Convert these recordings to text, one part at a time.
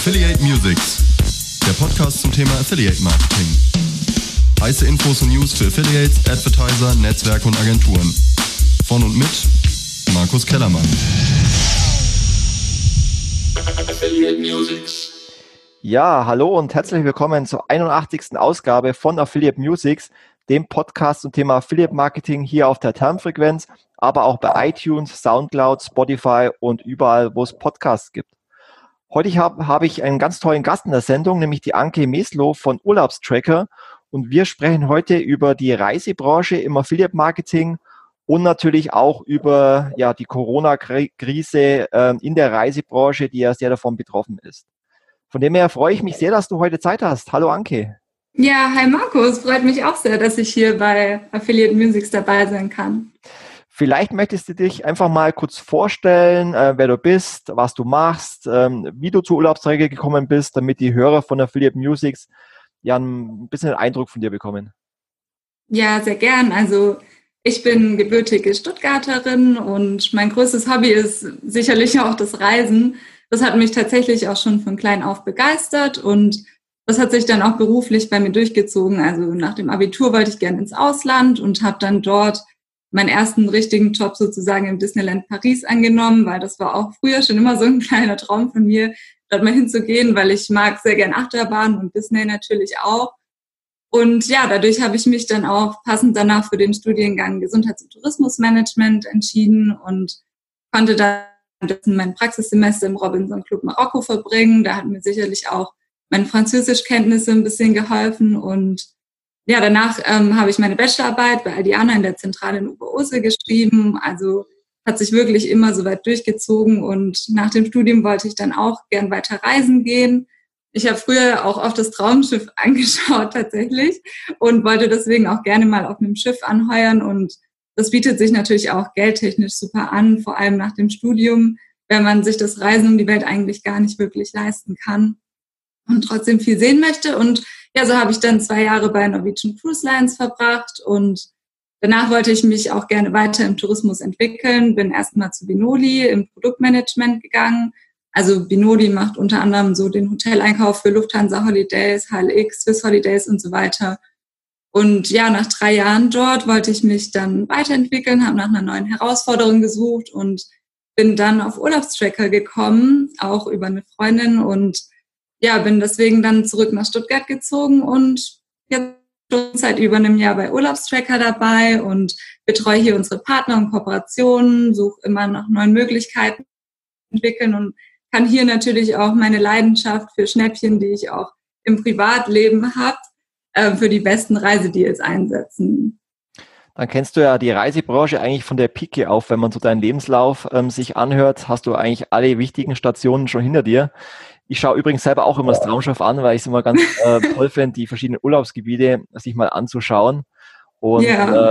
Affiliate Musics, der Podcast zum Thema Affiliate Marketing. Heiße Infos und News für Affiliates, Advertiser, Netzwerke und Agenturen. Von und mit Markus Kellermann. Affiliate Musics. Ja, hallo und herzlich willkommen zur 81. Ausgabe von Affiliate Musics, dem Podcast zum Thema Affiliate Marketing hier auf der Termfrequenz, aber auch bei iTunes, Soundcloud, Spotify und überall, wo es Podcasts gibt. Heute habe ich einen ganz tollen Gast in der Sendung, nämlich die Anke Meslow von Urlaubstracker, und wir sprechen heute über die Reisebranche im Affiliate Marketing und natürlich auch über die Corona-Krise in der Reisebranche, die ja sehr davon betroffen ist. Von dem her freue ich mich sehr, dass du heute Zeit hast. Hallo Anke. Ja, hi Markus, freut mich auch sehr, dass ich hier bei Affiliate Musics dabei sein kann. Vielleicht möchtest du dich einfach mal kurz vorstellen, wer du bist, was du machst, wie du zu Urlaubstracker gekommen bist, damit die Hörer von Affiliate Musics ja ein bisschen einen Eindruck von dir bekommen. Ja, sehr gern. Also ich bin gebürtige Stuttgarterin und mein größtes Hobby ist sicherlich auch das Reisen. Das hat mich tatsächlich auch schon von klein auf begeistert und das hat sich dann auch beruflich bei mir durchgezogen. Also nach dem Abitur wollte ich gerne ins Ausland und habe dann dort meinen ersten richtigen Job sozusagen im Disneyland Paris angenommen, weil das war auch früher schon immer so ein kleiner Traum von mir, dort mal hinzugehen, weil ich mag sehr gern Achterbahn und Disney natürlich auch. Und ja, dadurch habe ich mich dann auch passend danach für den Studiengang Gesundheits- und Tourismusmanagement entschieden und konnte dann mein Praxissemester im Robinson Club Marokko verbringen. Da hat mir sicherlich auch meine Französischkenntnisse ein bisschen geholfen und ja, danach habe ich meine Bachelorarbeit bei Aldiana in der Zentrale in Oberursel geschrieben. Also hat sich wirklich immer so weit durchgezogen und nach dem Studium wollte ich dann auch gern weiter reisen gehen. Ich habe früher auch oft das Traumschiff angeschaut tatsächlich und wollte deswegen auch gerne mal auf einem Schiff anheuern und das bietet sich natürlich auch geldtechnisch super an, vor allem nach dem Studium, wenn man sich das Reisen um die Welt eigentlich gar nicht wirklich leisten kann und trotzdem viel sehen möchte. Und ja, so habe ich dann 2 Jahre bei Norwegian Cruise Lines verbracht und danach wollte ich mich auch gerne weiter im Tourismus entwickeln, bin erstmal zu Vinoli im Produktmanagement gegangen. Also Vinoli macht unter anderem so den Hoteleinkauf für Lufthansa Holidays, HLX, Swiss Holidays und so weiter. Und ja, nach 3 Jahren dort wollte ich mich dann weiterentwickeln, habe nach einer neuen Herausforderung gesucht und bin dann auf Urlaubstracker gekommen, auch über eine Freundin und ja, bin deswegen dann zurück nach Stuttgart gezogen und jetzt schon seit über einem Jahr bei Urlaubstracker dabei und betreue hier unsere Partner und Kooperationen, suche immer nach neuen Möglichkeiten entwickeln und kann hier natürlich auch meine Leidenschaft für Schnäppchen, die ich auch im Privatleben habe, für die besten Reisedeals einsetzen. Dann kennst du ja die Reisebranche eigentlich von der Pike auf. Wenn man so deinen Lebenslauf sich anhört, hast du eigentlich alle wichtigen Stationen schon hinter dir. Ich schaue übrigens selber auch immer das Traumschiff an, weil ich es immer ganz toll finde, die verschiedenen Urlaubsgebiete sich mal anzuschauen. Und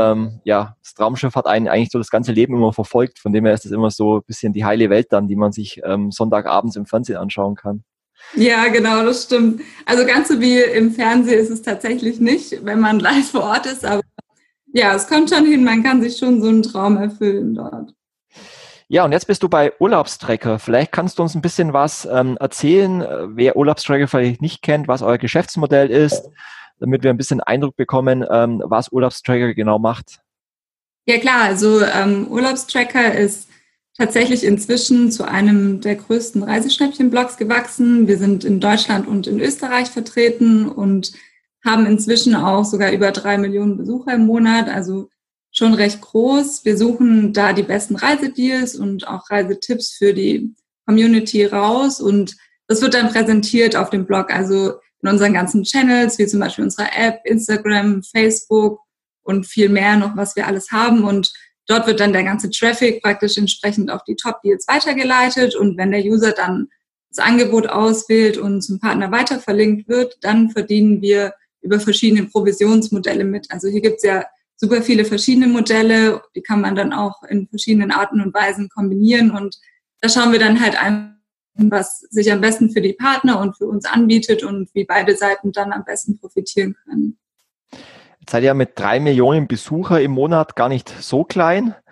das Traumschiff hat einen eigentlich so das ganze Leben immer verfolgt. Von dem her ist es immer so ein bisschen die heile Welt dann, die man sich Sonntagabends im Fernsehen anschauen kann. Ja, genau, das stimmt. Also ganz so wie im Fernsehen ist es tatsächlich nicht, wenn man live vor Ort ist. Aber ja, es kommt schon hin, man kann sich schon so einen Traum erfüllen dort. Ja, und jetzt bist du bei Urlaubstracker. Vielleicht kannst du uns ein bisschen was erzählen, wer Urlaubstracker vielleicht nicht kennt, was euer Geschäftsmodell ist, damit wir ein bisschen Eindruck bekommen, was Urlaubstracker genau macht. Ja klar, also Urlaubstracker ist tatsächlich inzwischen zu einem der größten Reiseschnäppchen-Blogs gewachsen. Wir sind in Deutschland und in Österreich vertreten und haben inzwischen auch sogar über 3 Millionen Besucher im Monat, also schon recht groß. Wir suchen da die besten Reisedeals und auch Reisetipps für die Community raus und das wird dann präsentiert auf dem Blog, also in unseren ganzen Channels, wie zum Beispiel unserer App, Instagram, Facebook und viel mehr noch, was wir alles haben und dort wird dann der ganze Traffic praktisch entsprechend auf die Top-Deals weitergeleitet und wenn der User dann das Angebot auswählt und zum Partner weiter verlinkt wird, dann verdienen wir über verschiedene Provisionsmodelle mit. Also hier gibt es ja super viele verschiedene Modelle, die kann man dann auch in verschiedenen Arten und Weisen kombinieren und da schauen wir dann halt an, was sich am besten für die Partner und für uns anbietet und wie beide Seiten dann am besten profitieren können. Jetzt seid ihr ja mit 3 Millionen Besucher im Monat gar nicht so klein.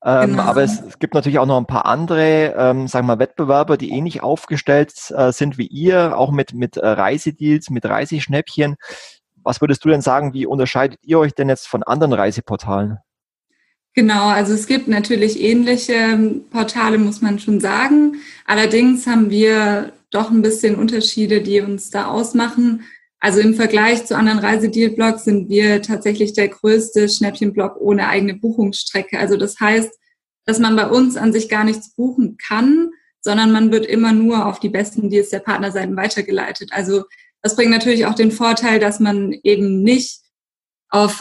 Genau. Aber es gibt natürlich auch noch ein paar andere, sagen wir mal, Wettbewerber, die ähnlich aufgestellt sind wie ihr, auch mit Reisedeals, mit Reiseschnäppchen. Was würdest du denn sagen, wie unterscheidet ihr euch denn jetzt von anderen Reiseportalen? Genau, also es gibt natürlich ähnliche Portale, muss man schon sagen. Allerdings haben wir doch ein bisschen Unterschiede, die uns da ausmachen. Also im Vergleich zu anderen Reisedeal-Blogs sind wir tatsächlich der größte Schnäppchen-Blog ohne eigene Buchungsstrecke. Also das heißt, dass man bei uns an sich gar nichts buchen kann, sondern man wird immer nur auf die besten Deals der Partnerseiten weitergeleitet. Also das bringt natürlich auch den Vorteil, dass man eben nicht auf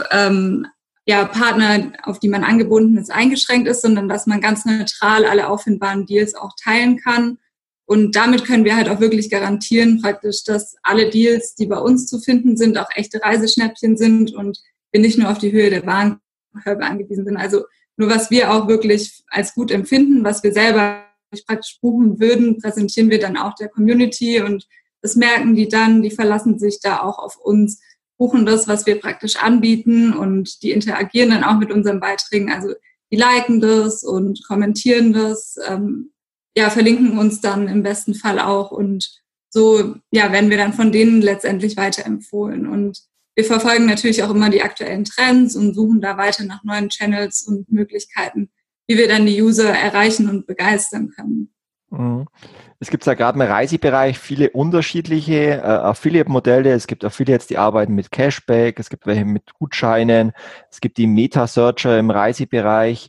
Partner, auf die man angebunden ist, eingeschränkt ist, sondern dass man ganz neutral alle auffindbaren Deals auch teilen kann. Und damit können wir halt auch wirklich garantieren, praktisch, dass alle Deals, die bei uns zu finden sind, auch echte Reiseschnäppchen sind und wir nicht nur auf die Höhe der Warenkörbe angewiesen sind. Also nur was wir auch wirklich als gut empfinden, was wir selber praktisch buchen würden, präsentieren wir dann auch der Community und das merken die dann, die verlassen sich da auch auf uns, buchen das, was wir praktisch anbieten und die interagieren dann auch mit unseren Beiträgen. Also die liken das und kommentieren das, verlinken uns dann im besten Fall auch und so werden wir dann von denen letztendlich weiterempfohlen. Und wir verfolgen natürlich auch immer die aktuellen Trends und suchen da weiter nach neuen Channels und Möglichkeiten, wie wir dann die User erreichen und begeistern können. Es gibt ja gerade im Reisebereich viele unterschiedliche Affiliate-Modelle. Es gibt Affiliates, die arbeiten mit Cashback, es gibt welche mit Gutscheinen, es gibt die Meta-Searcher im Reisebereich.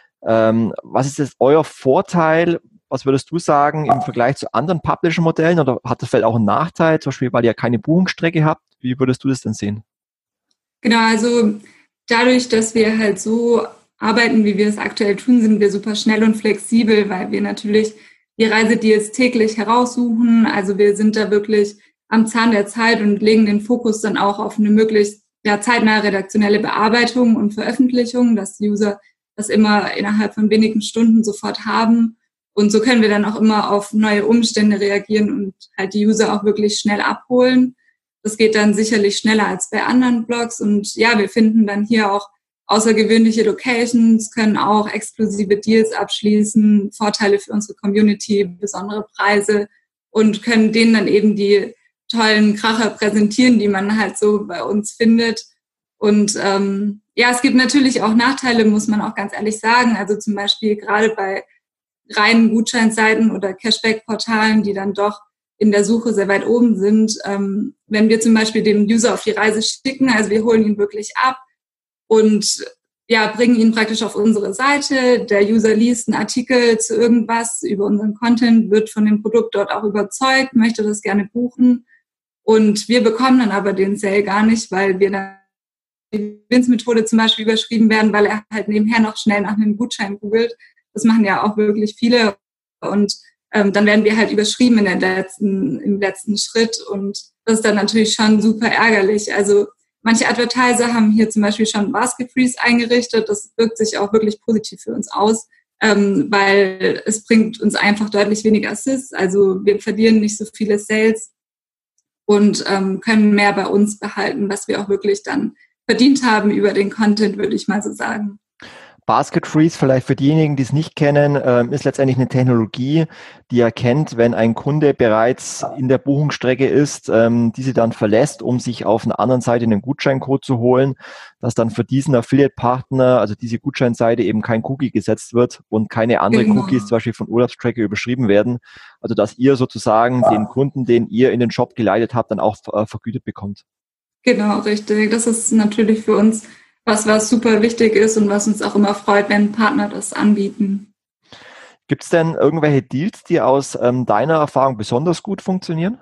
Was ist jetzt euer Vorteil? Was würdest du sagen im Vergleich zu anderen Publisher-Modellen? Oder hat das vielleicht auch einen Nachteil, zum Beispiel, weil ihr keine Buchungsstrecke habt? Wie würdest du das denn sehen? Genau, also dadurch, dass wir halt so arbeiten, wie wir es aktuell tun, sind wir super schnell und flexibel, weil wir natürlich die Reisedeals täglich heraussuchen. Also wir sind da wirklich am Zahn der Zeit und legen den Fokus dann auch auf eine möglichst zeitnahe redaktionelle Bearbeitung und Veröffentlichung, dass die User das immer innerhalb von wenigen Stunden sofort haben. Und so können wir dann auch immer auf neue Umstände reagieren und halt die User auch wirklich schnell abholen. Das geht dann sicherlich schneller als bei anderen Blogs. Und wir finden dann hier auch außergewöhnliche Locations, können auch exklusive Deals abschließen, Vorteile für unsere Community, besondere Preise und können denen dann eben die tollen Kracher präsentieren, die man halt so bei uns findet. Und es gibt natürlich auch Nachteile, muss man auch ganz ehrlich sagen. Also zum Beispiel gerade bei reinen Gutscheinseiten oder Cashback-Portalen, die dann doch in der Suche sehr weit oben sind. Wenn wir zum Beispiel den User auf die Reise schicken, also wir holen ihn wirklich ab, und bringen ihn praktisch auf unsere Seite. Der User liest einen Artikel zu irgendwas über unseren Content, wird von dem Produkt dort auch überzeugt, möchte das gerne buchen. Und wir bekommen dann aber den Sale gar nicht, weil wir dann die Wins-Methode zum Beispiel überschrieben werden, weil er halt nebenher noch schnell nach einem Gutschein googelt. Das machen ja auch wirklich viele. Und dann werden wir halt überschrieben im letzten Schritt. Und das ist dann natürlich schon super ärgerlich. Also manche Advertiser haben hier zum Beispiel schon Basket Freeze eingerichtet. Das wirkt sich auch wirklich positiv für uns aus, weil es bringt uns einfach deutlich weniger Assists. Also wir verlieren nicht so viele Sales und können mehr bei uns behalten, was wir auch wirklich dann verdient haben über den Content, würde ich mal so sagen. Basket Freeze, vielleicht für diejenigen, die es nicht kennen, ist letztendlich eine Technologie, die erkennt, wenn ein Kunde bereits in der Buchungsstrecke ist, diese dann verlässt, um sich auf einer anderen Seite einen Gutscheincode zu holen, dass dann für diesen Affiliate-Partner, also diese Gutscheinseite, eben kein Cookie gesetzt wird und keine anderen Cookies zum Beispiel von Urlaubstracker überschrieben werden. Also dass ihr sozusagen den Kunden, den ihr in den Shop geleitet habt, dann auch vergütet bekommt. Genau, richtig. Das ist natürlich für uns was super wichtig ist und was uns auch immer freut, wenn Partner das anbieten. Gibt es denn irgendwelche Deals, die aus deiner Erfahrung besonders gut funktionieren?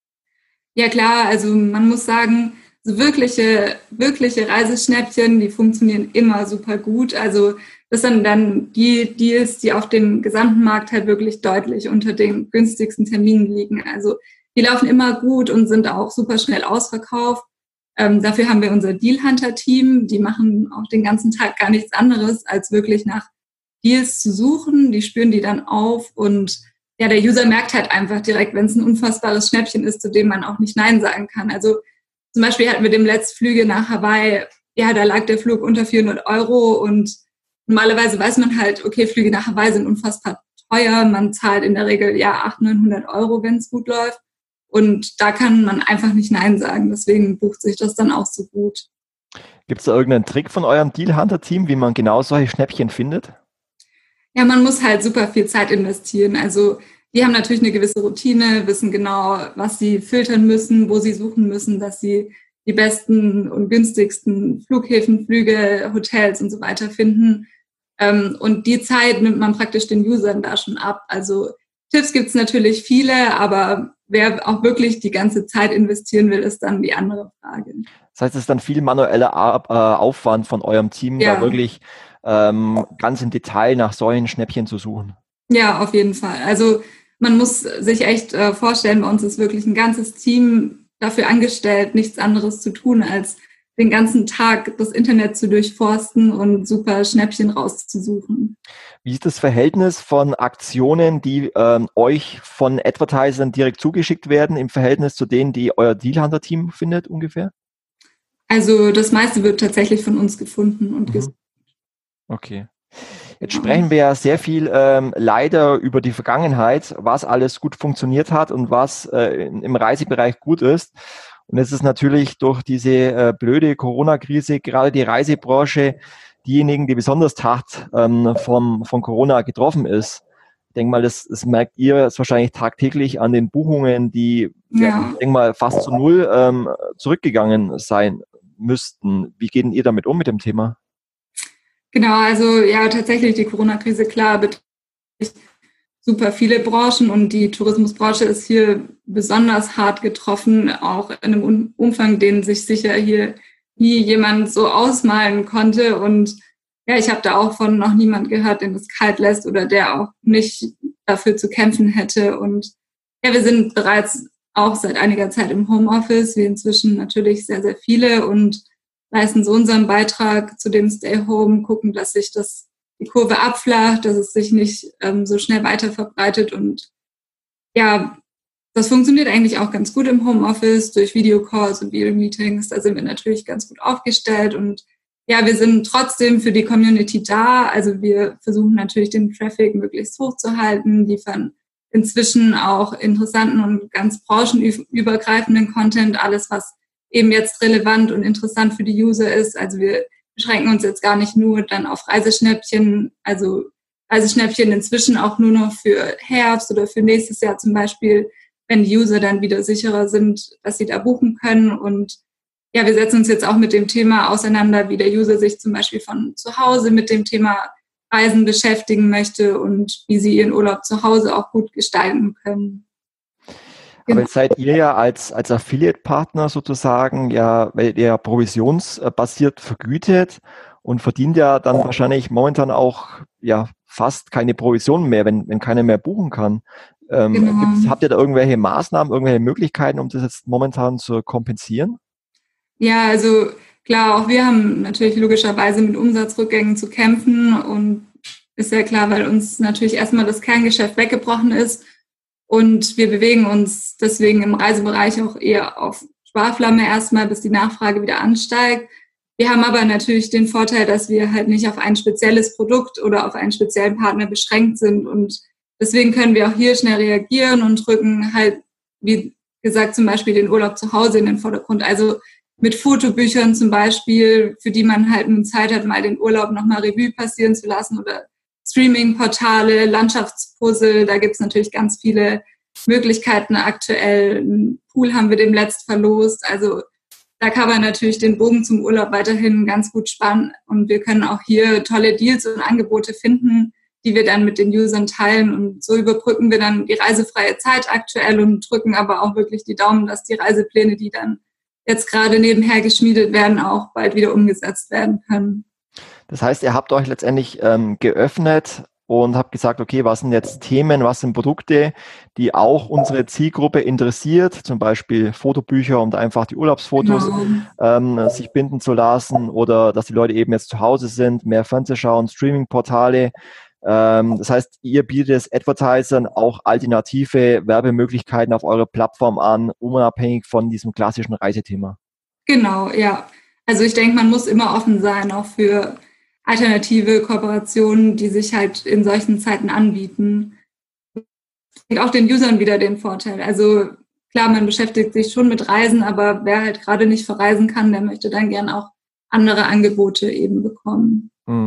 Ja klar, also man muss sagen, so wirkliche Reiseschnäppchen, die funktionieren immer super gut. Also das sind dann die Deals, die auf dem gesamten Markt halt wirklich deutlich unter den günstigsten Terminen liegen. Also die laufen immer gut und sind auch super schnell ausverkauft. Dafür haben wir unser Deal-Hunter-Team, die machen auch den ganzen Tag gar nichts anderes, als wirklich nach Deals zu suchen. Die spüren die dann auf und der User merkt halt einfach direkt, wenn es ein unfassbares Schnäppchen ist, zu dem man auch nicht Nein sagen kann. Also zum Beispiel hatten wir dem Flüge nach Hawaii, da lag der Flug unter 400 € und normalerweise weiß man halt, okay, Flüge nach Hawaii sind unfassbar teuer. Man zahlt in der Regel 800, 900 Euro, wenn es gut läuft. Und da kann man einfach nicht Nein sagen. Deswegen bucht sich das dann auch so gut. Gibt es da irgendeinen Trick von eurem Deal Hunter Team, wie man genau solche Schnäppchen findet? Ja, man muss halt super viel Zeit investieren. Also die haben natürlich eine gewisse Routine, wissen genau, was sie filtern müssen, wo sie suchen müssen, dass sie die besten und günstigsten Flughäfen, Flüge, Hotels und so weiter finden. Und die Zeit nimmt man praktisch den Usern da schon ab. Also Tipps gibt es natürlich viele, aber wer auch wirklich die ganze Zeit investieren will, ist dann die andere Frage. Das heißt, es ist dann viel manueller Aufwand von eurem Team, da wirklich ganz im Detail nach solchen Schnäppchen zu suchen. Ja, auf jeden Fall. Also man muss sich echt vorstellen, bei uns ist wirklich ein ganzes Team dafür angestellt, nichts anderes zu tun, als den ganzen Tag das Internet zu durchforsten und super Schnäppchen rauszusuchen. Wie ist das Verhältnis von Aktionen, die euch von Advertisern direkt zugeschickt werden, im Verhältnis zu denen, die euer Deal Hunter Team findet ungefähr? Also das meiste wird tatsächlich von uns gefunden und gesucht. Okay. Jetzt sprechen wir ja sehr viel leider über die Vergangenheit, was alles gut funktioniert hat und was im Reisebereich gut ist. Und es ist natürlich durch diese blöde Corona-Krise gerade die Reisebranche diejenigen, die besonders hart von Corona getroffen ist. Ich denke mal, das merkt ihr jetzt wahrscheinlich tagtäglich an den Buchungen, die, ich denke mal, fast zu null zurückgegangen sein müssten. Wie geht denn ihr damit um mit dem Thema? Genau, also ja, tatsächlich die Corona-Krise, klar, betrifft super viele Branchen und die Tourismusbranche ist hier besonders hart getroffen, auch in einem Umfang, den sich sicher hier nie jemand so ausmalen konnte. Und ja, ich habe da auch von noch niemand gehört, den es kalt lässt oder der auch nicht dafür zu kämpfen hätte. Und ja, wir sind bereits auch seit einiger Zeit im Homeoffice, wie inzwischen natürlich sehr, sehr viele und leisten so unseren Beitrag zu dem Stay Home, gucken, dass sich die Kurve abflacht, dass es sich nicht so schnell weiter verbreitet. Und ja, das funktioniert eigentlich auch ganz gut im Homeoffice durch Videocalls und Video-Meetings. Da sind wir natürlich ganz gut aufgestellt. Und ja, wir sind trotzdem für die Community da. Also wir versuchen natürlich den Traffic möglichst hoch zu halten, liefern inzwischen auch interessanten und ganz branchenübergreifenden Content, alles, was eben jetzt relevant und interessant für die User ist. Also wir beschränken uns jetzt gar nicht nur dann auf Reiseschnäppchen, also Reiseschnäppchen inzwischen auch nur noch für Herbst oder für nächstes Jahr zum Beispiel, wenn die User dann wieder sicherer sind, dass sie da buchen können. Und ja, wir setzen uns jetzt auch mit dem Thema auseinander, wie der User sich zum Beispiel von zu Hause mit dem Thema Reisen beschäftigen möchte und wie sie ihren Urlaub zu Hause auch gut gestalten können. Aber jetzt seid ihr ja als Affiliate-Partner sozusagen, ja, weil ihr ja provisionsbasiert vergütet und verdient ja dann wahrscheinlich momentan auch ja fast keine Provision mehr, wenn keiner mehr buchen kann. Genau. Habt ihr da irgendwelche Maßnahmen, irgendwelche Möglichkeiten, um das jetzt momentan zu kompensieren? Ja, also klar, auch wir haben natürlich logischerweise mit Umsatzrückgängen zu kämpfen und ist ja klar, weil uns natürlich erstmal das Kerngeschäft weggebrochen ist. Und wir bewegen uns deswegen im Reisebereich auch eher auf Sparflamme erstmal, bis die Nachfrage wieder ansteigt. Wir haben aber natürlich den Vorteil, dass wir halt nicht auf ein spezielles Produkt oder auf einen speziellen Partner beschränkt sind. Und deswegen können wir auch hier schnell reagieren und drücken halt, wie gesagt, zum Beispiel den Urlaub zu Hause in den Vordergrund. Also mit Fotobüchern zum Beispiel, für die man halt nun Zeit hat, mal den Urlaub nochmal Revue passieren zu lassen oder Streaming-Portale, Landschaftspuzzle, da gibt es natürlich ganz viele Möglichkeiten aktuell. Einen Pool haben wir demnächst verlost. Also da kann man natürlich den Bogen zum Urlaub weiterhin ganz gut spannen. Und wir können auch hier tolle Deals und Angebote finden, die wir dann mit den Usern teilen. Und so überbrücken wir dann die reisefreie Zeit aktuell und drücken aber auch wirklich die Daumen, dass die Reisepläne, die dann jetzt gerade nebenher geschmiedet werden, auch bald wieder umgesetzt werden können. Das heißt, ihr habt euch letztendlich geöffnet und habt gesagt, okay, was sind jetzt Themen, was sind Produkte, die auch unsere Zielgruppe interessiert, zum Beispiel Fotobücher, um da einfach die Urlaubsfotos sich binden zu lassen oder dass die Leute eben jetzt zu Hause sind, mehr Fernseh schauen, Streaming-Portale. Das heißt, ihr bietet Advertisern auch alternative Werbemöglichkeiten auf eurer Plattform an, unabhängig von diesem klassischen Reisethema. Genau, ja. Also ich denke, man muss immer offen sein, auch für alternative Kooperationen, die sich halt in solchen Zeiten anbieten. Und auch den Usern wieder den Vorteil. Also klar, man beschäftigt sich schon mit Reisen, aber wer halt gerade nicht verreisen kann, der möchte dann gern auch andere Angebote eben bekommen.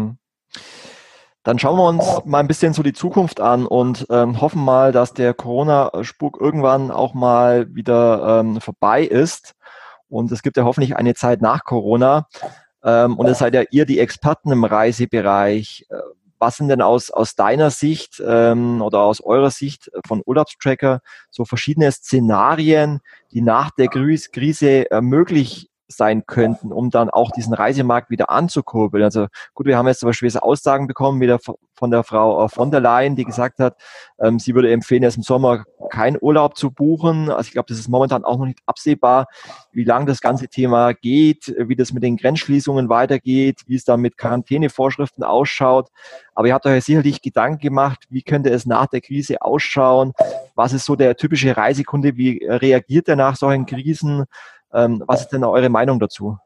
Dann schauen wir uns mal ein bisschen so die Zukunft an und hoffen mal, dass der Corona-Spuk irgendwann auch mal wieder vorbei ist. Und es gibt ja hoffentlich eine Zeit nach Corona. Und es seid ja ihr die Experten im Reisebereich. Was sind denn aus deiner Sicht oder aus eurer Sicht von Urlaubstracker so verschiedene Szenarien, die nach der Krise möglich sein könnten, um dann auch diesen Reisemarkt wieder anzukurbeln? Also gut, wir haben jetzt zum Beispiel so Aussagen bekommen wieder von der Frau von der Leyen, die gesagt hat, sie würde empfehlen, jetzt im Sommer keinen Urlaub zu buchen. Also ich glaube, das ist momentan auch noch nicht absehbar, wie lange das ganze Thema geht, wie das mit den Grenzschließungen weitergeht, wie es dann mit Quarantänevorschriften ausschaut. Aber ihr habt euch sicherlich Gedanken gemacht, wie könnte es nach der Krise ausschauen? Was ist so der typische Reisekunde? Wie reagiert er nach solchen Krisen? Was ist denn eure Meinung dazu?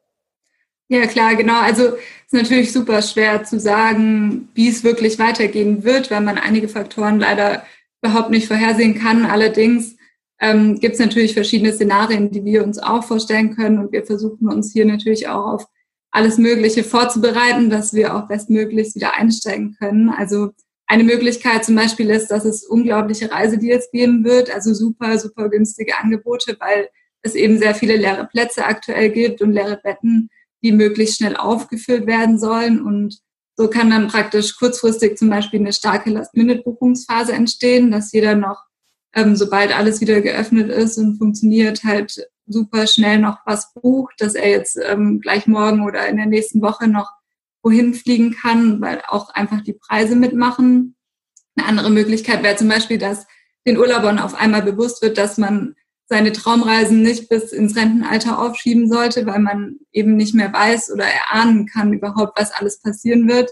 Ja, klar, genau. Also es ist natürlich super schwer zu sagen, wie es wirklich weitergehen wird, weil man einige Faktoren leider überhaupt nicht vorhersehen kann. Allerdings gibt es natürlich verschiedene Szenarien, die wir uns auch vorstellen können. Und wir versuchen uns hier natürlich auch auf alles Mögliche vorzubereiten, dass wir auch bestmöglichst wieder einsteigen können. Also eine Möglichkeit zum Beispiel ist, dass es unglaubliche Reisedeals geben wird, also super, super günstige Angebote, weil es eben sehr viele leere Plätze aktuell gibt und leere Betten, die möglichst schnell aufgefüllt werden sollen. Und so kann dann praktisch kurzfristig zum Beispiel eine starke Last-Minute-Buchungsphase entstehen, dass jeder noch, sobald alles wieder geöffnet ist und funktioniert, halt super schnell noch was bucht, dass er jetzt gleich morgen oder in der nächsten Woche noch wohin fliegen kann, weil auch einfach die Preise mitmachen. Eine andere Möglichkeit wäre zum Beispiel, dass den Urlaubern auf einmal bewusst wird, dass man seine Traumreisen nicht bis ins Rentenalter aufschieben sollte, weil man eben nicht mehr weiß oder erahnen kann überhaupt, was alles passieren wird.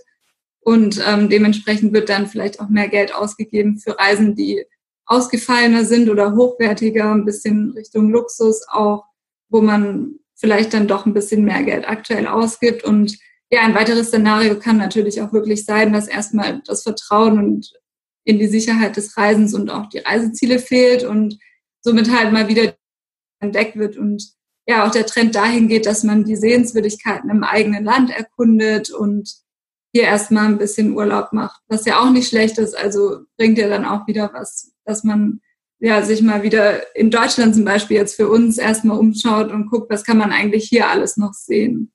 Und dementsprechend wird dann vielleicht auch mehr Geld ausgegeben für Reisen, die ausgefallener sind oder hochwertiger, ein bisschen Richtung Luxus auch, wo man vielleicht dann doch ein bisschen mehr Geld aktuell ausgibt. Und ja, ein weiteres Szenario kann natürlich auch wirklich sein, dass erstmal das Vertrauen und in die Sicherheit des Reisens und auch die Reiseziele fehlt und somit halt mal wieder entdeckt wird und ja auch der Trend dahin geht, dass man die Sehenswürdigkeiten im eigenen Land erkundet und hier erstmal ein bisschen Urlaub macht, was ja auch nicht schlecht ist. Also bringt ja dann auch wieder was, dass man ja sich mal wieder in Deutschland zum Beispiel jetzt für uns erstmal umschaut und guckt, was kann man eigentlich hier alles noch sehen.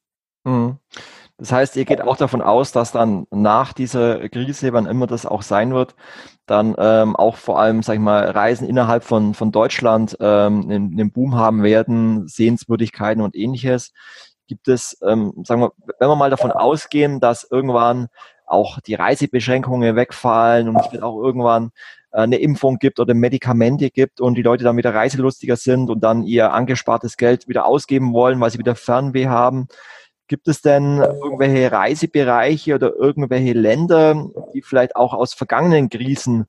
Das heißt, ihr geht auch davon aus, dass dann nach dieser Krise, wann immer das auch sein wird, dann auch vor allem, sag ich mal, Reisen innerhalb von Deutschland einen Boom haben werden, Sehenswürdigkeiten und Ähnliches. Gibt es, sagen wir, wenn wir mal davon ausgehen, dass irgendwann auch die Reisebeschränkungen wegfallen und es wird auch irgendwann eine Impfung gibt oder Medikamente gibt und die Leute dann wieder reiselustiger sind und dann ihr angespartes Geld wieder ausgeben wollen, weil sie wieder Fernweh haben. Gibt es denn irgendwelche Reisebereiche oder irgendwelche Länder, die vielleicht auch aus vergangenen Krisen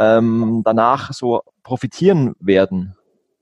danach so profitieren werden?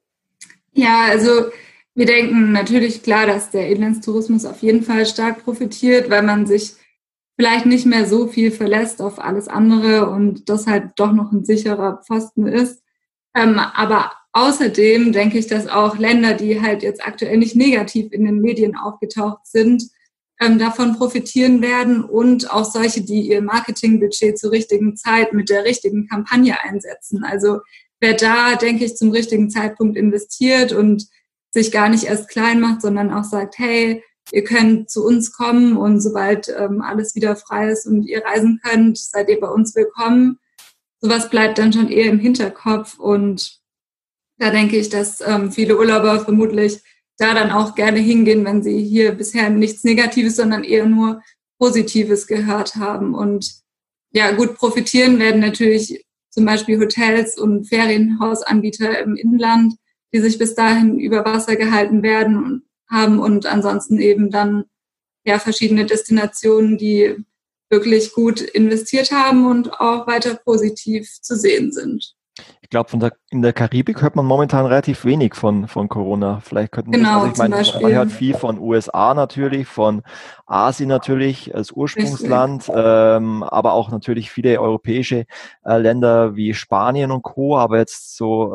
Ja, also wir denken natürlich klar, dass der Inlandstourismus auf jeden Fall stark profitiert, weil man sich vielleicht nicht mehr so viel verlässt auf alles andere und das halt doch noch ein sicherer Pfosten ist. Aber außerdem denke ich, dass auch Länder, die halt jetzt aktuell nicht negativ in den Medien aufgetaucht sind, davon profitieren werden und auch solche, die ihr Marketingbudget zur richtigen Zeit mit der richtigen Kampagne einsetzen. Also wer da, denke ich, zum richtigen Zeitpunkt investiert und sich gar nicht erst klein macht, sondern auch sagt, hey, ihr könnt zu uns kommen und sobald alles wieder frei ist und ihr reisen könnt, seid ihr bei uns willkommen. Sowas bleibt dann schon eher im Hinterkopf und da denke ich, dass viele Urlauber vermutlich da dann auch gerne hingehen, wenn sie hier bisher nichts Negatives, sondern eher nur Positives gehört haben. Und ja, gut profitieren werden natürlich zum Beispiel Hotels und Ferienhausanbieter im Inland, die sich bis dahin über Wasser gehalten werden haben und ansonsten eben dann ja verschiedene Destinationen, die wirklich gut investiert haben und auch weiter positiv zu sehen sind. Ich glaube, in der Karibik hört man momentan relativ wenig von Corona. Vielleicht könnten wir Genau, also ich zum meine, man Beispiel. hört viel von USA natürlich, von Asien natürlich als Richtig. Ursprungsland, aber auch natürlich viele europäische Länder wie Spanien und Co., aber jetzt so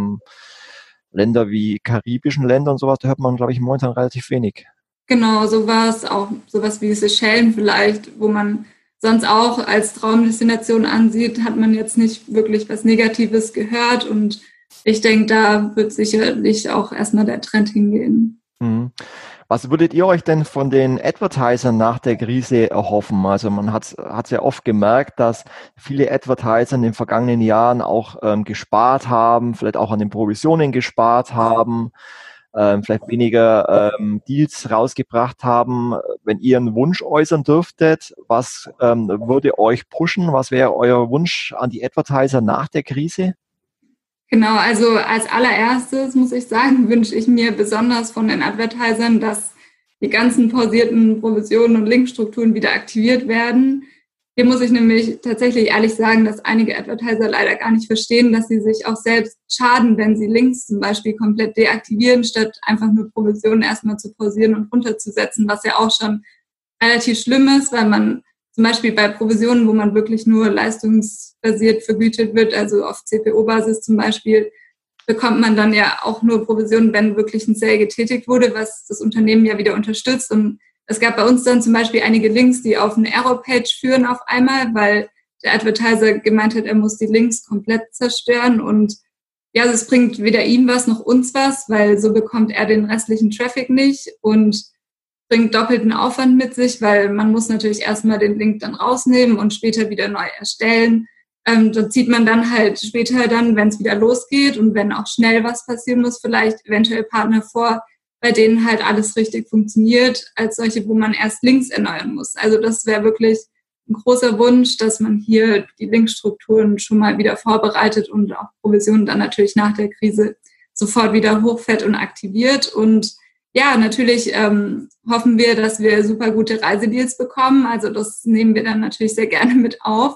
Länder wie karibischen Länder und sowas, da hört man, glaube ich, momentan relativ wenig. Genau, sowas, auch sowas wie Seychellen vielleicht, wo man sonst auch als Traumdestination ansieht, hat man jetzt nicht wirklich was Negatives gehört und ich denke, da wird sicherlich auch erstmal der Trend hingehen. Mhm. Was würdet ihr euch denn von den Advertisern nach der Krise erhoffen? Also man hat ja oft gemerkt, dass viele Advertiser in den vergangenen Jahren auch gespart haben, vielleicht auch an den Provisionen gespart haben, vielleicht weniger Deals rausgebracht haben. Wenn ihr einen Wunsch äußern dürftet, was würde euch pushen? Was wäre euer Wunsch an die Advertiser nach der Krise? Genau, also als allererstes muss ich sagen, wünsche ich mir besonders von den Advertisern, dass die ganzen pausierten Provisionen und Linkstrukturen wieder aktiviert werden. Hier muss ich nämlich tatsächlich ehrlich sagen, dass einige Advertiser leider gar nicht verstehen, dass sie sich auch selbst schaden, wenn sie Links zum Beispiel komplett deaktivieren, statt einfach nur Provisionen erstmal zu pausieren und runterzusetzen, was ja auch schon relativ schlimm ist, weil man zum Beispiel bei Provisionen, wo man wirklich nur leistungsbasiert vergütet wird, also auf CPO-Basis zum Beispiel, bekommt man dann ja auch nur Provisionen, wenn wirklich ein Sale getätigt wurde, was das Unternehmen ja wieder unterstützt. Und es gab bei uns dann zum Beispiel einige Links, die auf eine Error-Page führen auf einmal, weil der Advertiser gemeint hat, er muss die Links komplett zerstören. Und ja, es bringt weder ihm was noch uns was, weil so bekommt er den restlichen Traffic nicht und bringt doppelten Aufwand mit sich, weil man muss natürlich erstmal den Link dann rausnehmen und später wieder neu erstellen. Da zieht man dann halt später dann, wenn es wieder losgeht und wenn auch schnell was passieren muss, vielleicht eventuell Partner vor, bei denen halt alles richtig funktioniert, als solche, wo man erst Links erneuern muss. Also das wäre wirklich ein großer Wunsch, dass man hier die Linkstrukturen schon mal wieder vorbereitet und auch Provisionen dann natürlich nach der Krise sofort wieder hochfährt und aktiviert. Und ja, natürlich hoffen wir, dass wir super gute Reisedeals bekommen. Also das nehmen wir dann natürlich sehr gerne mit auf.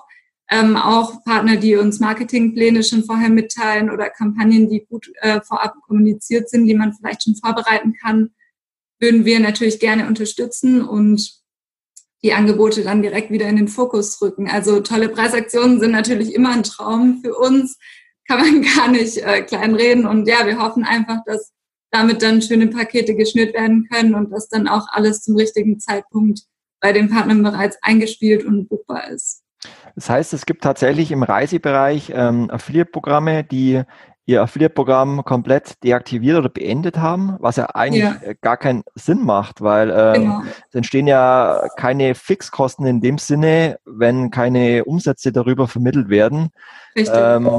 Auch Partner, die uns Marketingpläne schon vorher mitteilen oder Kampagnen, die gut vorab kommuniziert sind, die man vielleicht schon vorbereiten kann, würden wir natürlich gerne unterstützen und die Angebote dann direkt wieder in den Fokus rücken. Also tolle Preisaktionen sind natürlich immer ein Traum für uns, kann man gar nicht kleinreden. Und ja, wir hoffen einfach, dass damit dann schöne Pakete geschnürt werden können und dass dann auch alles zum richtigen Zeitpunkt bei den Partnern bereits eingespielt und buchbar ist. Das heißt, es gibt tatsächlich im Reisebereich Affiliate-Programme, die ihr Affiliate-Programm komplett deaktiviert oder beendet haben, was ja eigentlich gar keinen Sinn macht, weil es entstehen ja keine Fixkosten in dem Sinne, wenn keine Umsätze darüber vermittelt werden. Richtig.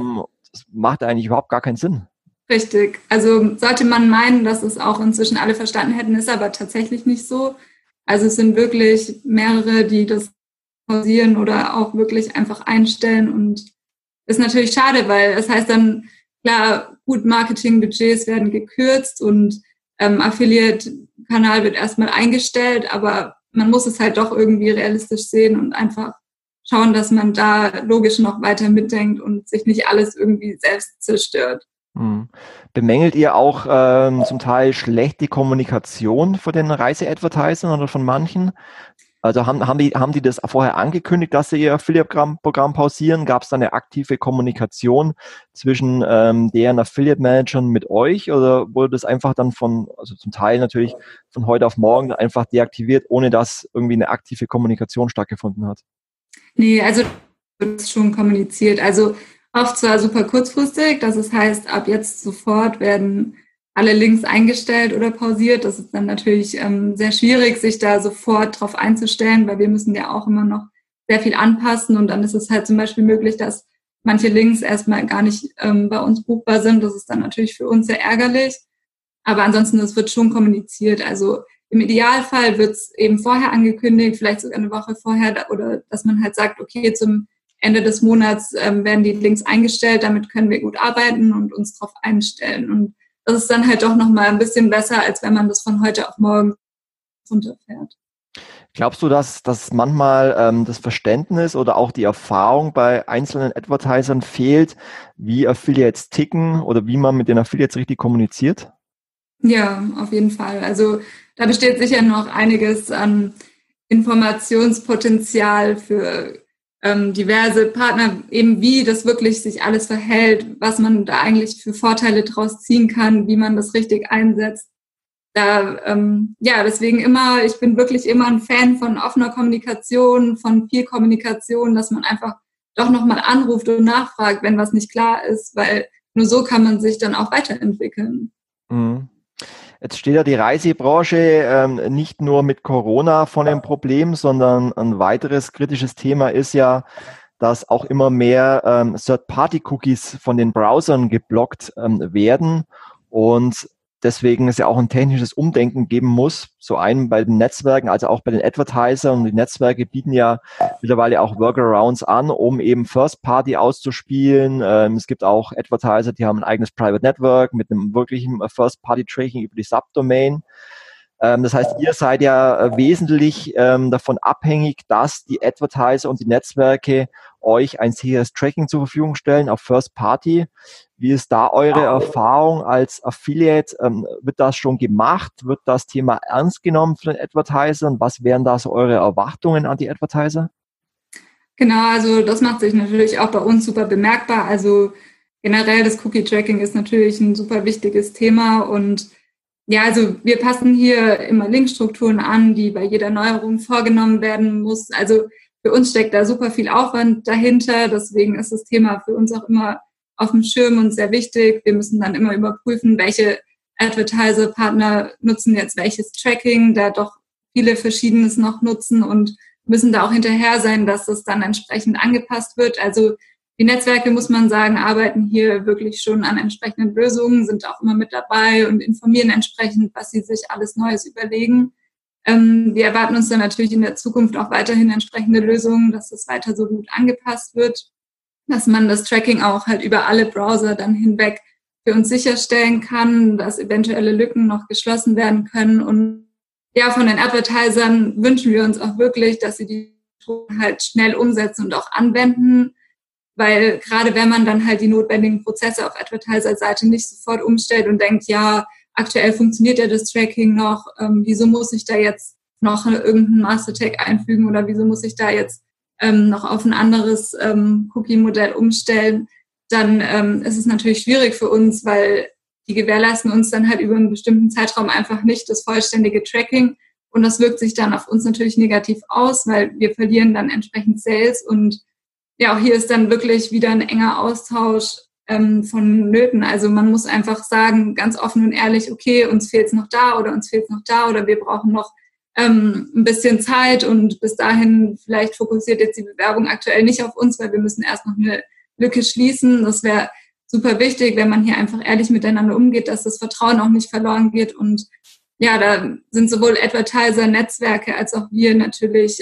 Das macht eigentlich überhaupt gar keinen Sinn. Richtig. Also sollte man meinen, dass es auch inzwischen alle verstanden hätten, ist aber tatsächlich nicht so. Also es sind wirklich mehrere, die das pausieren oder auch wirklich einfach einstellen und ist natürlich schade, weil das heißt dann, klar, gut, Marketingbudgets werden gekürzt und Affiliate-Kanal wird erstmal eingestellt, aber man muss es halt doch irgendwie realistisch sehen und einfach schauen, dass man da logisch noch weiter mitdenkt und sich nicht alles irgendwie selbst zerstört. Bemängelt ihr auch zum Teil schlechte Kommunikation von den Reise-Advertisern oder von manchen? Also haben die das vorher angekündigt, dass sie ihr Affiliate-Programm pausieren? Gab es da eine aktive Kommunikation zwischen deren Affiliate-Managern mit euch oder wurde das einfach dann also zum Teil natürlich von heute auf morgen einfach deaktiviert, ohne dass irgendwie eine aktive Kommunikation stattgefunden hat? Nee, also wird es schon kommuniziert. Also oft zwar super kurzfristig, das heißt, ab jetzt sofort werden alle Links eingestellt oder pausiert. Das ist dann natürlich sehr schwierig, sich da sofort drauf einzustellen, weil wir müssen ja auch immer noch sehr viel anpassen und dann ist es halt zum Beispiel möglich, dass manche Links erstmal gar nicht bei uns buchbar sind. Das ist dann natürlich für uns sehr ärgerlich. Aber ansonsten, das wird schon kommuniziert. Also im Idealfall wird es eben vorher angekündigt, vielleicht sogar eine Woche vorher oder dass man halt sagt, okay, zum Ende des Monats werden die Links eingestellt, damit können wir gut arbeiten und uns drauf einstellen. Und das ist dann halt doch nochmal ein bisschen besser, als wenn man das von heute auf morgen runterfährt. Glaubst du, dass manchmal das Verständnis oder auch die Erfahrung bei einzelnen Advertisern fehlt, wie Affiliates ticken oder wie man mit den Affiliates richtig kommuniziert? Ja, auf jeden Fall. Also da besteht sicher noch einiges an Informationspotenzial für diverse Partner, eben wie das wirklich sich alles verhält, was man da eigentlich für Vorteile draus ziehen kann, wie man das richtig einsetzt. Deswegen ich bin wirklich immer ein Fan von offener Kommunikation, von viel Kommunikation, dass man einfach doch nochmal anruft und nachfragt, wenn was nicht klar ist, weil nur so kann man sich dann auch weiterentwickeln. Mhm. Jetzt steht ja die Reisebranche nicht nur mit Corona vor dem Problem, sondern ein weiteres kritisches Thema ist ja, dass auch immer mehr Third-Party-Cookies von den Browsern geblockt werden und deswegen es ja auch ein technisches Umdenken geben muss, so einen bei den Netzwerken, also auch bei den Advertisern. Und die Netzwerke bieten ja mittlerweile auch Workarounds an, um eben First-Party auszuspielen. Es gibt auch Advertiser, die haben ein eigenes Private Network mit einem wirklichen First-Party-Tracking über die Subdomain. Das heißt, ihr seid ja wesentlich davon abhängig, dass die Advertiser und die Netzwerke euch ein sicheres Tracking zur Verfügung stellen auf First Party. Wie ist da eure Erfahrung als Affiliate? Wird das schon gemacht? Wird das Thema ernst genommen von den Advertisern? Was wären da so eure Erwartungen an die Advertiser? Genau, also das macht sich natürlich auch bei uns super bemerkbar. Also generell das Cookie-Tracking ist natürlich ein super wichtiges Thema und ja, also wir passen hier immer Linkstrukturen an, die bei jeder Neuerung vorgenommen werden muss. Also für uns steckt da super viel Aufwand dahinter. Deswegen ist das Thema für uns auch immer auf dem Schirm und sehr wichtig. Wir müssen dann immer überprüfen, welche Advertiser-Partner nutzen jetzt welches Tracking, da doch viele Verschiedenes noch nutzen und müssen da auch hinterher sein, dass das dann entsprechend angepasst wird. Also die Netzwerke, muss man sagen, arbeiten hier wirklich schon an entsprechenden Lösungen, sind auch immer mit dabei und informieren entsprechend, was sie sich alles Neues überlegen. Wir erwarten uns dann natürlich in der Zukunft auch weiterhin entsprechende Lösungen, dass das weiter so gut angepasst wird, dass man das Tracking auch halt über alle Browser dann hinweg für uns sicherstellen kann, dass eventuelle Lücken noch geschlossen werden können. Und ja, von den Advertisern wünschen wir uns auch wirklich, dass sie die Methoden halt schnell umsetzen und auch anwenden, weil gerade wenn man dann halt die notwendigen Prozesse auf Advertiser-Seite nicht sofort umstellt und denkt, ja, aktuell funktioniert ja das Tracking noch, wieso muss ich da jetzt noch irgendeinen Master-Tag einfügen oder wieso muss ich da jetzt noch auf ein anderes Cookie-Modell umstellen, dann ist es natürlich schwierig für uns, weil die gewährleisten uns dann halt über einen bestimmten Zeitraum einfach nicht das vollständige Tracking und das wirkt sich dann auf uns natürlich negativ aus, weil wir verlieren dann entsprechend Sales und ja, auch hier ist dann wirklich wieder ein enger Austausch vonnöten. Also man muss einfach sagen, ganz offen und ehrlich, okay, uns fehlt es noch da oder uns fehlt es noch da oder wir brauchen noch ein bisschen Zeit und bis dahin vielleicht fokussiert jetzt die Bewerbung aktuell nicht auf uns, weil wir müssen erst noch eine Lücke schließen. Das wäre super wichtig, wenn man hier einfach ehrlich miteinander umgeht, dass das Vertrauen auch nicht verloren geht. Und ja, da sind sowohl Advertiser, Netzwerke als auch wir natürlich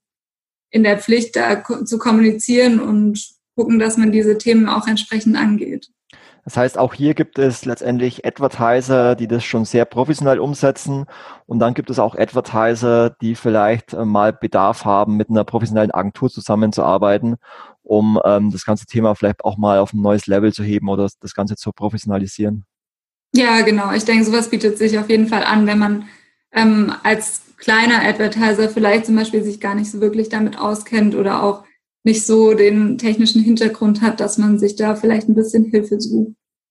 in der Pflicht, da zu kommunizieren und gucken, dass man diese Themen auch entsprechend angeht. Das heißt, auch hier gibt es letztendlich Advertiser, die das schon sehr professionell umsetzen. Und dann gibt es auch Advertiser, die vielleicht mal Bedarf haben, mit einer professionellen Agentur zusammenzuarbeiten, um das ganze Thema vielleicht auch mal auf ein neues Level zu heben oder das Ganze zu professionalisieren. Ja, genau. Ich denke, sowas bietet sich auf jeden Fall an, wenn man als kleiner Advertiser vielleicht zum Beispiel sich gar nicht so wirklich damit auskennt oder auch nicht so den technischen Hintergrund hat, dass man sich da vielleicht ein bisschen Hilfe sucht.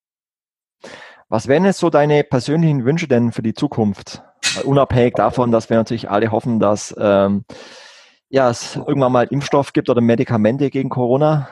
Was wären jetzt so deine persönlichen Wünsche denn für die Zukunft? Unabhängig davon, dass wir natürlich alle hoffen, dass es irgendwann mal Impfstoff gibt oder Medikamente gegen Corona.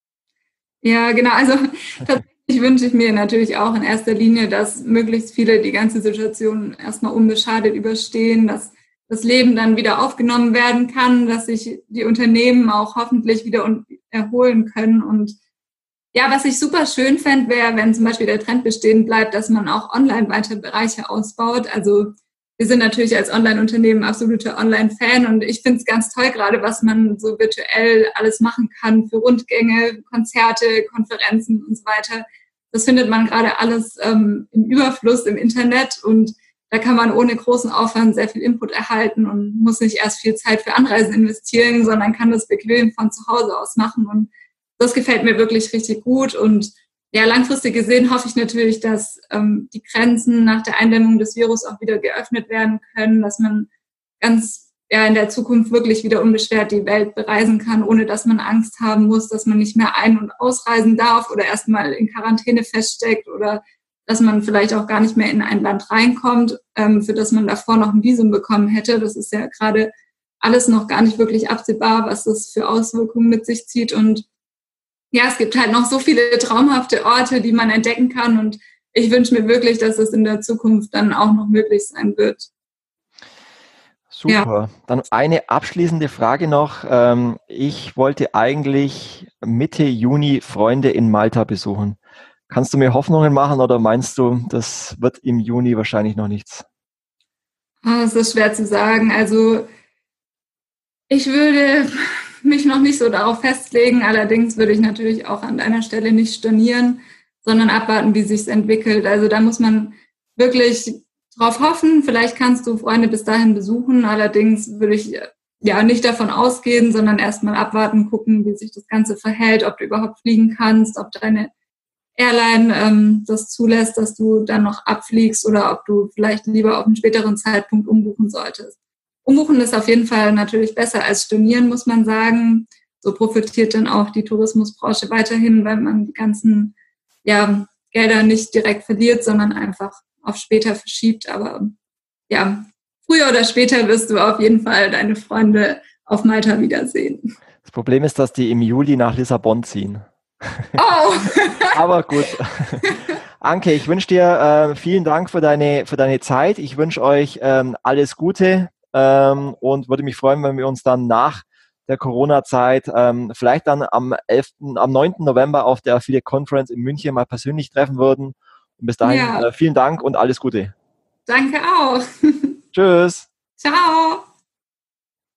Ja, genau. Also tatsächlich wünsche ich mir natürlich auch in erster Linie, dass möglichst viele die ganze Situation erstmal unbeschadet überstehen, dass das Leben dann wieder aufgenommen werden kann, dass sich die Unternehmen auch hoffentlich wieder erholen können. Und ja, was ich super schön fände, wäre, wenn zum Beispiel der Trend bestehen bleibt, dass man auch online weiter Bereiche ausbaut. Also wir sind natürlich als Online-Unternehmen absoluter Online-Fan und ich finde es ganz toll gerade, was man so virtuell alles machen kann für Rundgänge, Konzerte, Konferenzen und so weiter. Das findet man gerade alles im Überfluss im Internet und da kann man ohne großen Aufwand sehr viel Input erhalten und muss nicht erst viel Zeit für Anreisen investieren, sondern kann das bequem von zu Hause aus machen. Und das gefällt mir wirklich richtig gut. Und ja, langfristig gesehen hoffe ich natürlich, dass die Grenzen nach der Eindämmung des Virus auch wieder geöffnet werden können, dass man in der Zukunft wirklich wieder unbeschwert die Welt bereisen kann, ohne dass man Angst haben muss, dass man nicht mehr ein- und ausreisen darf oder erstmal in Quarantäne feststeckt oder dass man vielleicht auch gar nicht mehr in ein Land reinkommt, für das man davor noch ein Visum bekommen hätte. Das ist ja gerade alles noch gar nicht wirklich absehbar, was das für Auswirkungen mit sich zieht. Und ja, es gibt halt noch so viele traumhafte Orte, die man entdecken kann. Und ich wünsche mir wirklich, dass es in der Zukunft dann auch noch möglich sein wird. Super. Ja. Dann eine abschließende Frage noch. Ich wollte eigentlich Mitte Juni Freunde in Malta besuchen. Kannst du mir Hoffnungen machen oder meinst du, das wird im Juni wahrscheinlich noch nichts? Das ist schwer zu sagen. Also ich würde mich noch nicht so darauf festlegen. Allerdings würde ich natürlich auch an deiner Stelle nicht stornieren, sondern abwarten, wie sich es entwickelt. Also da muss man wirklich drauf hoffen. Vielleicht kannst du Freunde bis dahin besuchen. Allerdings würde ich ja nicht davon ausgehen, sondern erstmal abwarten, gucken, wie sich das Ganze verhält, ob du überhaupt fliegen kannst, ob deine Airline das zulässt, dass du dann noch abfliegst oder ob du vielleicht lieber auf einen späteren Zeitpunkt umbuchen solltest. Umbuchen ist auf jeden Fall natürlich besser als stornieren, muss man sagen. So profitiert dann auch die Tourismusbranche weiterhin, weil man die ganzen Gelder nicht direkt verliert, sondern einfach auf später verschiebt. Aber ja, früher oder später wirst du auf jeden Fall deine Freunde auf Malta wiedersehen. Das Problem ist, dass die im Juli nach Lissabon ziehen. Oh! Aber gut. Anke, ich wünsche dir vielen Dank für deine Zeit. Ich wünsche euch alles Gute und würde mich freuen, wenn wir uns dann nach der Corona-Zeit vielleicht dann am 9. November auf der Affiliate Conference in München mal persönlich treffen würden. Und bis dahin vielen Dank und alles Gute. Danke auch. Tschüss. Ciao.